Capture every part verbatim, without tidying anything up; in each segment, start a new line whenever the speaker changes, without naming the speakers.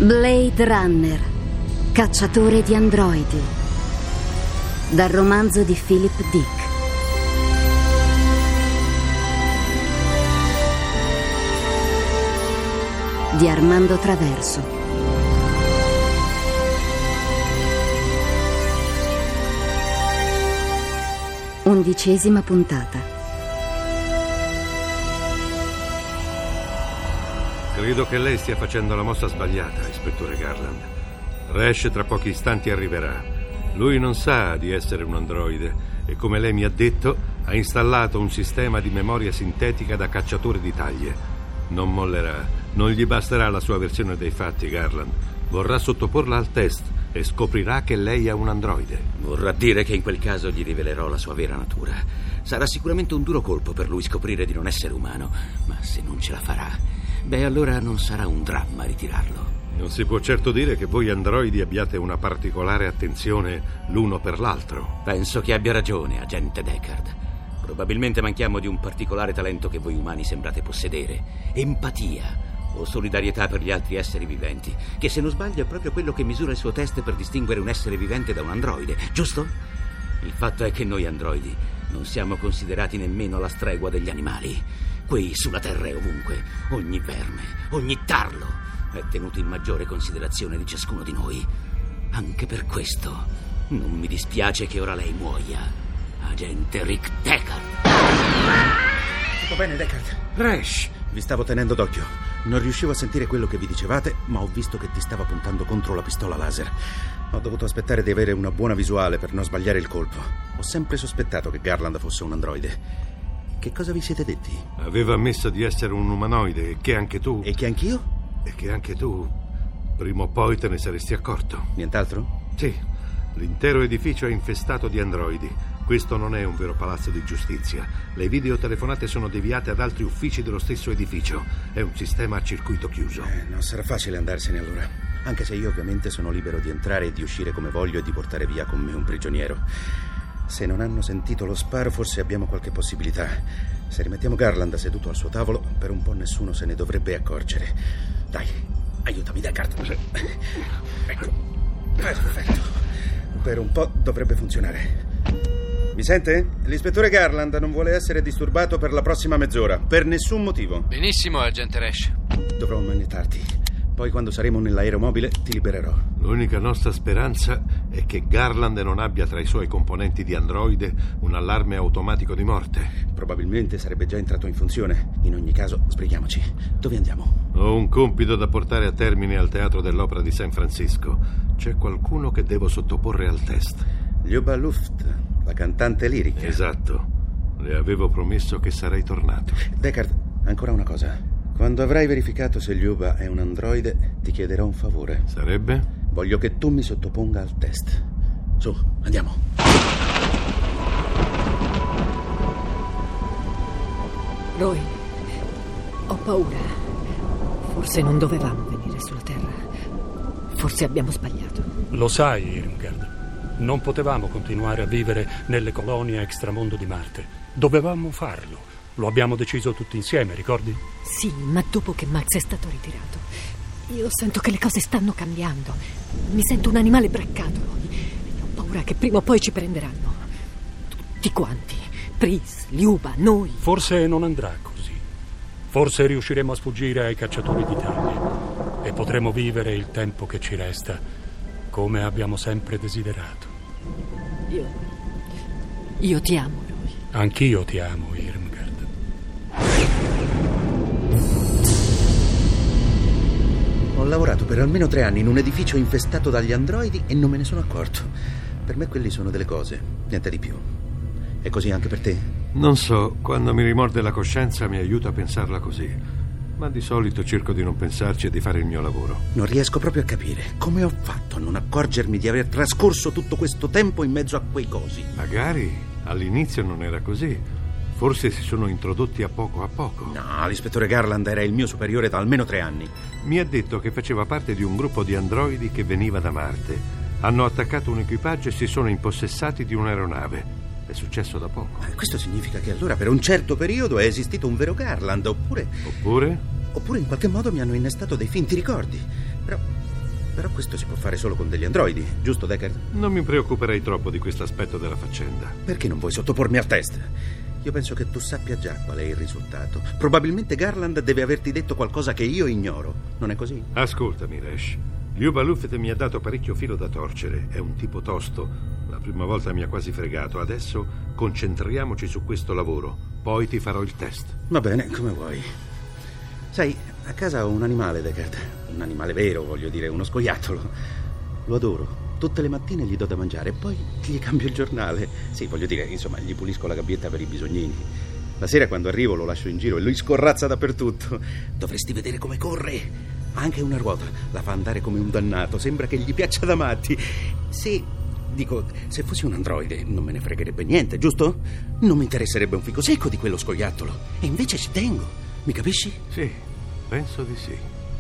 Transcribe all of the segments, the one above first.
Blade Runner, cacciatore di androidi, dal romanzo di Philip Dick. Di Armando Traverso. Undicesima puntata.
Credo che lei stia facendo la mossa sbagliata, ispettore Garland. Rash tra pochi istanti arriverà. Lui non sa di essere un androide e, come lei mi ha detto, ha installato un sistema di memoria sintetica da cacciatore di taglie. Non mollerà. Non gli basterà la sua versione dei fatti, Garland. Vorrà sottoporla al test e scoprirà che lei è un androide.
Vorrà dire che in quel caso gli rivelerò la sua vera natura. Sarà sicuramente un duro colpo per lui scoprire di non essere umano, ma se non ce la farà, beh, allora non sarà un dramma ritirarlo.
Non si può certo dire che voi androidi abbiate una particolare attenzione l'uno per l'altro.
Penso che abbia ragione, agente Deckard. Probabilmente manchiamo di un particolare talento che voi umani sembrate possedere: empatia o solidarietà per gli altri esseri viventi, che, se non sbaglio, è proprio quello che misura il suo test per distinguere un essere vivente da un androide, giusto? Il fatto è che noi androidi non siamo considerati nemmeno alla stregua degli animali. Qui sulla Terra e ovunque, ogni verme, ogni tarlo è tenuto in maggiore considerazione di ciascuno di noi. Anche per questo non mi dispiace che ora lei muoia, agente Rick Deckard.
Tutto bene, Deckard? Rash, vi stavo tenendo d'occhio. Non riuscivo a sentire quello che vi dicevate, ma ho visto che ti stava puntando contro la pistola laser. Ho dovuto aspettare di avere una buona visuale per non sbagliare il colpo. Ho sempre sospettato che Garland fosse un androide. Che cosa vi siete detti?
Aveva ammesso di essere un umanoide e che anche tu...
E che anch'io?
E che anche tu prima o poi te ne saresti accorto.
Nient'altro?
Sì, l'intero edificio è infestato di androidi. Questo non è un vero palazzo di giustizia. Le videotelefonate sono deviate ad altri uffici dello stesso edificio. È un sistema a circuito chiuso.
Eh, non sarà facile andarsene allora. Anche se io ovviamente sono libero di entrare e di uscire come voglio e di portare via con me un prigioniero. Se non hanno sentito lo sparo, forse abbiamo qualche possibilità. Se rimettiamo Garland seduto al suo tavolo, per un po' nessuno se ne dovrebbe accorgere. Dai, aiutami, Deckard. Ecco. Perfetto. Per un po' dovrebbe funzionare. Mi sente? L'ispettore Garland non vuole essere disturbato per la prossima mezz'ora, per nessun motivo.
Benissimo, agente Rash.
Dovrò manettarti. Poi, quando saremo nell'aeromobile, ti libererò.
L'unica nostra speranza è che Garland non abbia tra i suoi componenti di androide un allarme automatico di morte.
Probabilmente sarebbe già entrato in funzione. In ogni caso, sbrighiamoci. Dove andiamo?
Ho un compito da portare a termine al Teatro dell'Opera di San Francisco. C'è qualcuno che devo sottoporre al test.
Ljuba Luft, la cantante lirica.
Esatto. Le avevo promesso che sarei tornato.
Deckard, ancora una cosa. Quando avrai verificato se Ljuba è un androide, ti chiederò un favore.
Sarebbe?
Voglio che tu mi sottoponga al test. Su, andiamo.
Roy, ho paura. Forse non dovevamo venire sulla Terra. Forse abbiamo sbagliato.
Lo sai, Irmgard. Non potevamo continuare a vivere nelle colonie extramondo di Marte. Dovevamo farlo. Lo abbiamo deciso tutti insieme, ricordi?
Sì, ma dopo che Max è stato ritirato, io sento che le cose stanno cambiando. Mi sento un animale braccato, Roy. E ho paura che prima o poi ci prenderanno. Tutti quanti. Pris, Ljuba, noi.
Forse non andrà così. Forse riusciremo a sfuggire ai cacciatori di taglie e potremo vivere il tempo che ci resta come abbiamo sempre desiderato.
Io... Io ti amo, Roy.
Anch'io ti amo, Irmgard.
Ho lavorato per almeno tre anni in un edificio infestato dagli androidi e non me ne sono accorto. Per me quelli sono delle cose, niente di più. È così anche per te?
Non so, quando mi rimorde la coscienza mi aiuta a pensarla così. Ma di solito cerco di non pensarci e di fare il mio lavoro.
Non riesco proprio a capire come ho fatto a non accorgermi di aver trascorso tutto questo tempo in mezzo a quei cosi.
Magari all'inizio non era così. Forse si sono introdotti a poco a poco.
No, l'ispettore Garland era il mio superiore da almeno tre anni.
Mi ha detto che faceva parte di un gruppo di androidi che veniva da Marte. Hanno attaccato un equipaggio e si sono impossessati di un'aeronave. È successo da poco.
Ma questo significa che allora per un certo periodo è esistito un vero Garland, oppure...
Oppure?
Oppure in qualche modo mi hanno innestato dei finti ricordi. Però Però questo si può fare solo con degli androidi, giusto Deckard?
Non mi preoccuperei troppo di questo aspetto della faccenda.
Perché non vuoi sottopormi al test? Io penso che tu sappia già qual è il risultato. Probabilmente Garland deve averti detto qualcosa che io ignoro. Non è così?
Ascoltami, Resh. Liuba Luft mi ha dato parecchio filo da torcere. È un tipo tosto. La prima volta mi ha quasi fregato. Adesso concentriamoci su questo lavoro. Poi ti farò il test.
Va bene, come vuoi. Sai, a casa ho un animale, Deckard. Un animale vero, voglio dire, uno scoiattolo. Lo adoro. Tutte le mattine gli do da mangiare e poi gli cambio il giornale. Sì, voglio dire, insomma, gli pulisco la gabbietta per i bisognini. La sera quando arrivo lo lascio in giro e lui scorrazza dappertutto. Dovresti vedere come corre. Ha anche una ruota, la fa andare come un dannato. Sembra che gli piaccia da matti. Sì, dico, se fossi un androide non me ne fregherebbe niente, giusto? Non mi interesserebbe un fico secco di quello scoiattolo. E invece ci tengo, mi capisci?
Sì, penso di sì.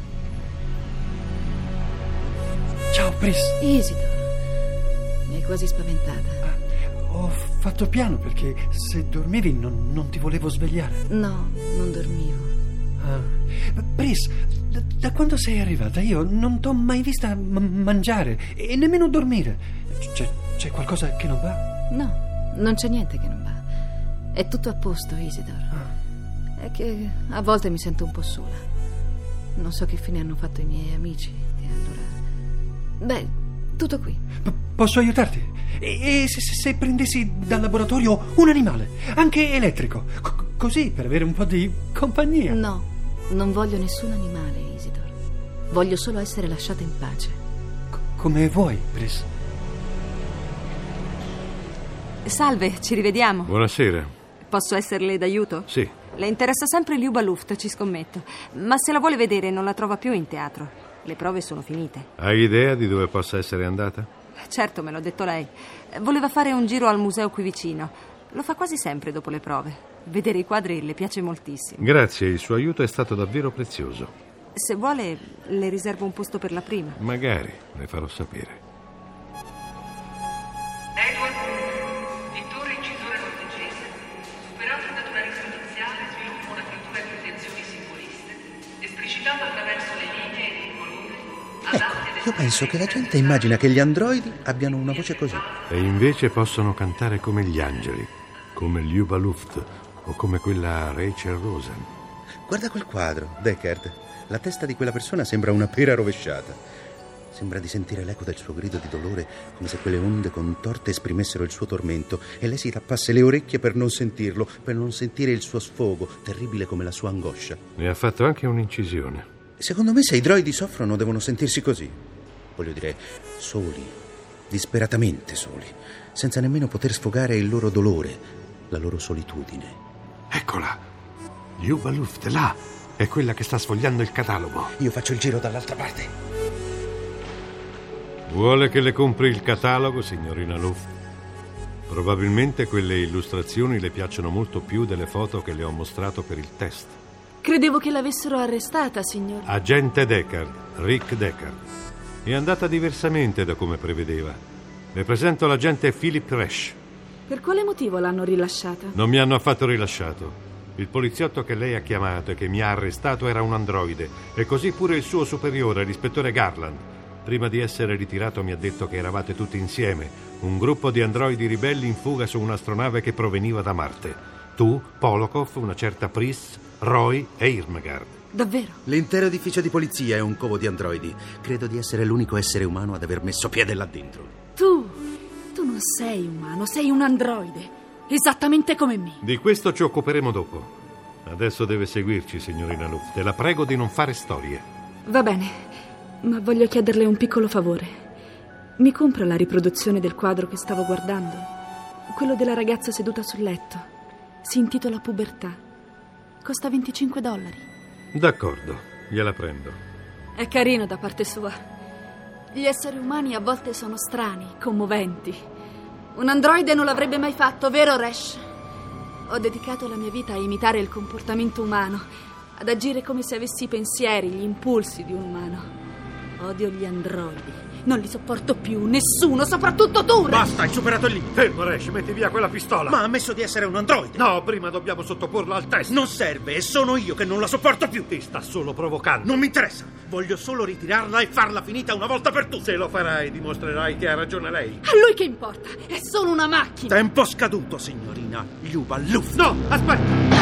Ciao, Pris.
Isidore, mi hai quasi spaventata.
Ah, ho fatto piano perché se dormivi non, non ti volevo svegliare.
No, non dormivo.
Ah. Pris, da, da quando sei arrivata io non t'ho mai vista m- mangiare e nemmeno dormire. C'è, c'è qualcosa che non va?
No, non c'è niente che non va. È tutto a posto, Isidore. Ah. È che a volte mi sento un po' sola. Non so che fine hanno fatto i miei amici e allora... Beh, tutto qui.
P- posso aiutarti? E, e se, se, se prendessi dal laboratorio un animale, anche elettrico, c- così per avere un po' di compagnia?
No, non voglio nessun animale, Isidore. Voglio solo essere lasciata in pace.
C- come vuoi, Pris.
Salve, ci rivediamo.
Buonasera.
Posso esserle d'aiuto?
Sì.
Le interessa sempre Liuba Luft, ci scommetto. Ma se la vuole vedere non la trova più in teatro. Le prove sono finite.
Hai idea di dove possa essere andata?
Certo, me l'ha detto lei. Voleva fare un giro al museo qui vicino. Lo fa quasi sempre dopo le prove. Vedere i quadri le piace moltissimo.
Grazie, il suo aiuto è stato davvero prezioso.
Se vuole, le riservo un posto per la prima.
Magari, le farò sapere.
Edward Brooke, pittore incisore norvegese, superato il naturalismo iniziale, sviluppa una pittura di intenzioni simboliste, esplicitata attraverso le linee e il colore, adatte ad
Io penso che la gente immagina che gli androidi abbiano una voce così.
E invece possono cantare come gli angeli, come Liuba Luft o come quella Rachel Rosen.
Guarda quel quadro, Deckard. La testa di quella persona sembra una pera rovesciata. Sembra di sentire l'eco del suo grido di dolore, come se quelle onde contorte esprimessero il suo tormento e lei si tappasse le orecchie per non sentirlo, per non sentire il suo sfogo, terribile come la sua angoscia.
Ne ha fatto anche un'incisione.
Secondo me se i droidi soffrono devono sentirsi così. Voglio dire, soli, disperatamente soli, senza nemmeno poter sfogare il loro dolore, la loro solitudine.
Eccola! Liuba Luft, là! È quella che sta sfogliando il catalogo.
Io faccio il giro dall'altra parte.
Vuole che le compri il catalogo, signorina Luft? Probabilmente quelle illustrazioni le piacciono molto più delle foto che le ho mostrato per il test.
Credevo che l'avessero arrestata, signor.
Agente Deckard, Rick Deckard. È andata diversamente da come prevedeva. Le presento l'agente Philip Resch.
Per quale motivo l'hanno rilasciata?
Non mi hanno affatto rilasciato. Il poliziotto che lei ha chiamato e che mi ha arrestato era un androide, e così pure il suo superiore, l'ispettore Garland. Prima di essere ritirato mi ha detto che eravate tutti insieme, un gruppo di androidi ribelli in fuga su un'astronave che proveniva da Marte. Tu, Polokov, una certa Pris, Roy e Irmgard.
Davvero?
L'intero edificio di polizia è un covo di androidi. Credo di essere l'unico essere umano ad aver messo piede là dentro.
Tu, tu non sei umano, sei un androide. Esattamente come me.
Di questo ci occuperemo dopo. Adesso deve seguirci, signorina Luft, e la prego di non fare storie.
Va bene, ma voglio chiederle un piccolo favore. Mi compra la riproduzione del quadro che stavo guardando? Quello della ragazza seduta sul letto. Si intitola Pubertà. Costa venticinque dollari.
D'accordo, gliela prendo.
È carino da parte sua. Gli esseri umani a volte sono strani, commoventi. Un androide non l'avrebbe mai fatto, vero, Resch? Ho dedicato la mia vita a imitare il comportamento umano, ad agire come se avessi i pensieri, gli impulsi di un umano. Odio gli androidi Non li sopporto più, nessuno, soprattutto tu, Resh.
Basta, hai superato il limite.
Fermo, Resh, metti via quella pistola.
Ma ha ammesso di essere un androide.
No, prima dobbiamo sottoporla al test.
Non serve, e sono io che non la sopporto più.
Ti sta solo provocando.
Non mi interessa. Voglio solo ritirarla e farla finita una volta per tutte.
Se lo farai, dimostrerai che ha ragione lei.
A lui che importa? È solo una macchina.
Tempo scaduto, signorina Luba Luft.
No, aspetta.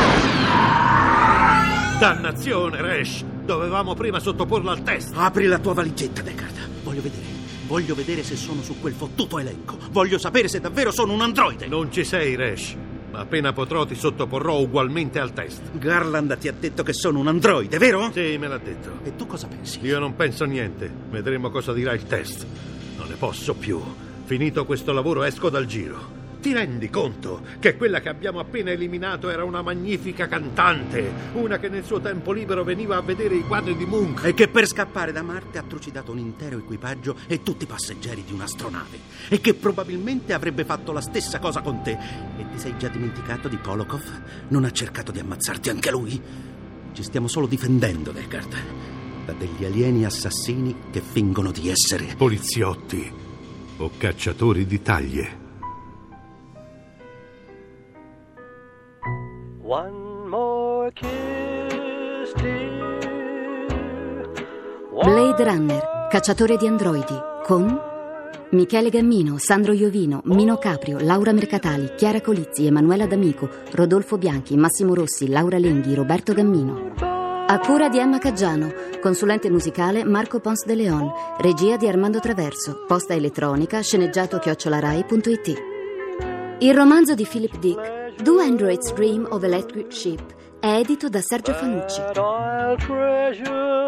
Dannazione, Resh. Dovevamo prima sottoporla al test.
Apri la tua valigetta, Deckard. Voglio vedere. Voglio vedere se sono su quel fottuto elenco. Voglio sapere se davvero sono un androide.
Non ci sei, Resh. Ma appena potrò ti sottoporrò ugualmente al test.
Garland ti ha detto che sono un androide, vero?
Sì, me l'ha detto.
E tu cosa pensi?
Io non penso niente. Vedremo cosa dirà il test. Non ne posso più. Finito questo lavoro esco dal giro. Ti rendi conto che quella che abbiamo appena eliminato era una magnifica cantante, una che nel suo tempo libero veniva a vedere i quadri di Munch
e che per scappare da Marte ha trucidato un intero equipaggio e tutti i passeggeri di un'astronave e che probabilmente avrebbe fatto la stessa cosa con te. E ti sei già dimenticato di Polokov? Non ha cercato di ammazzarti anche lui? Ci stiamo solo difendendo, Deckard, da degli alieni assassini che fingono di essere
poliziotti o cacciatori di taglie.
One more kiss, dear.
Blade Runner, cacciatore di androidi, con Michele Gammino, Sandro Iovino, Mino Caprio, Laura Mercatali, Chiara Colizzi, Emanuela D'Amico, Rodolfo Bianchi, Massimo Rossi, Laura Lenghi, Roberto Gammino. A cura di Emma Caggiano, consulente musicale Marco Pons de Leon, regia di Armando Traverso, posta elettronica sceneggiato chiocciolarai punto it. Il romanzo di Philip Dick, Do Androids Dream of Electric Sheep, è edito da Sergio Fanucci.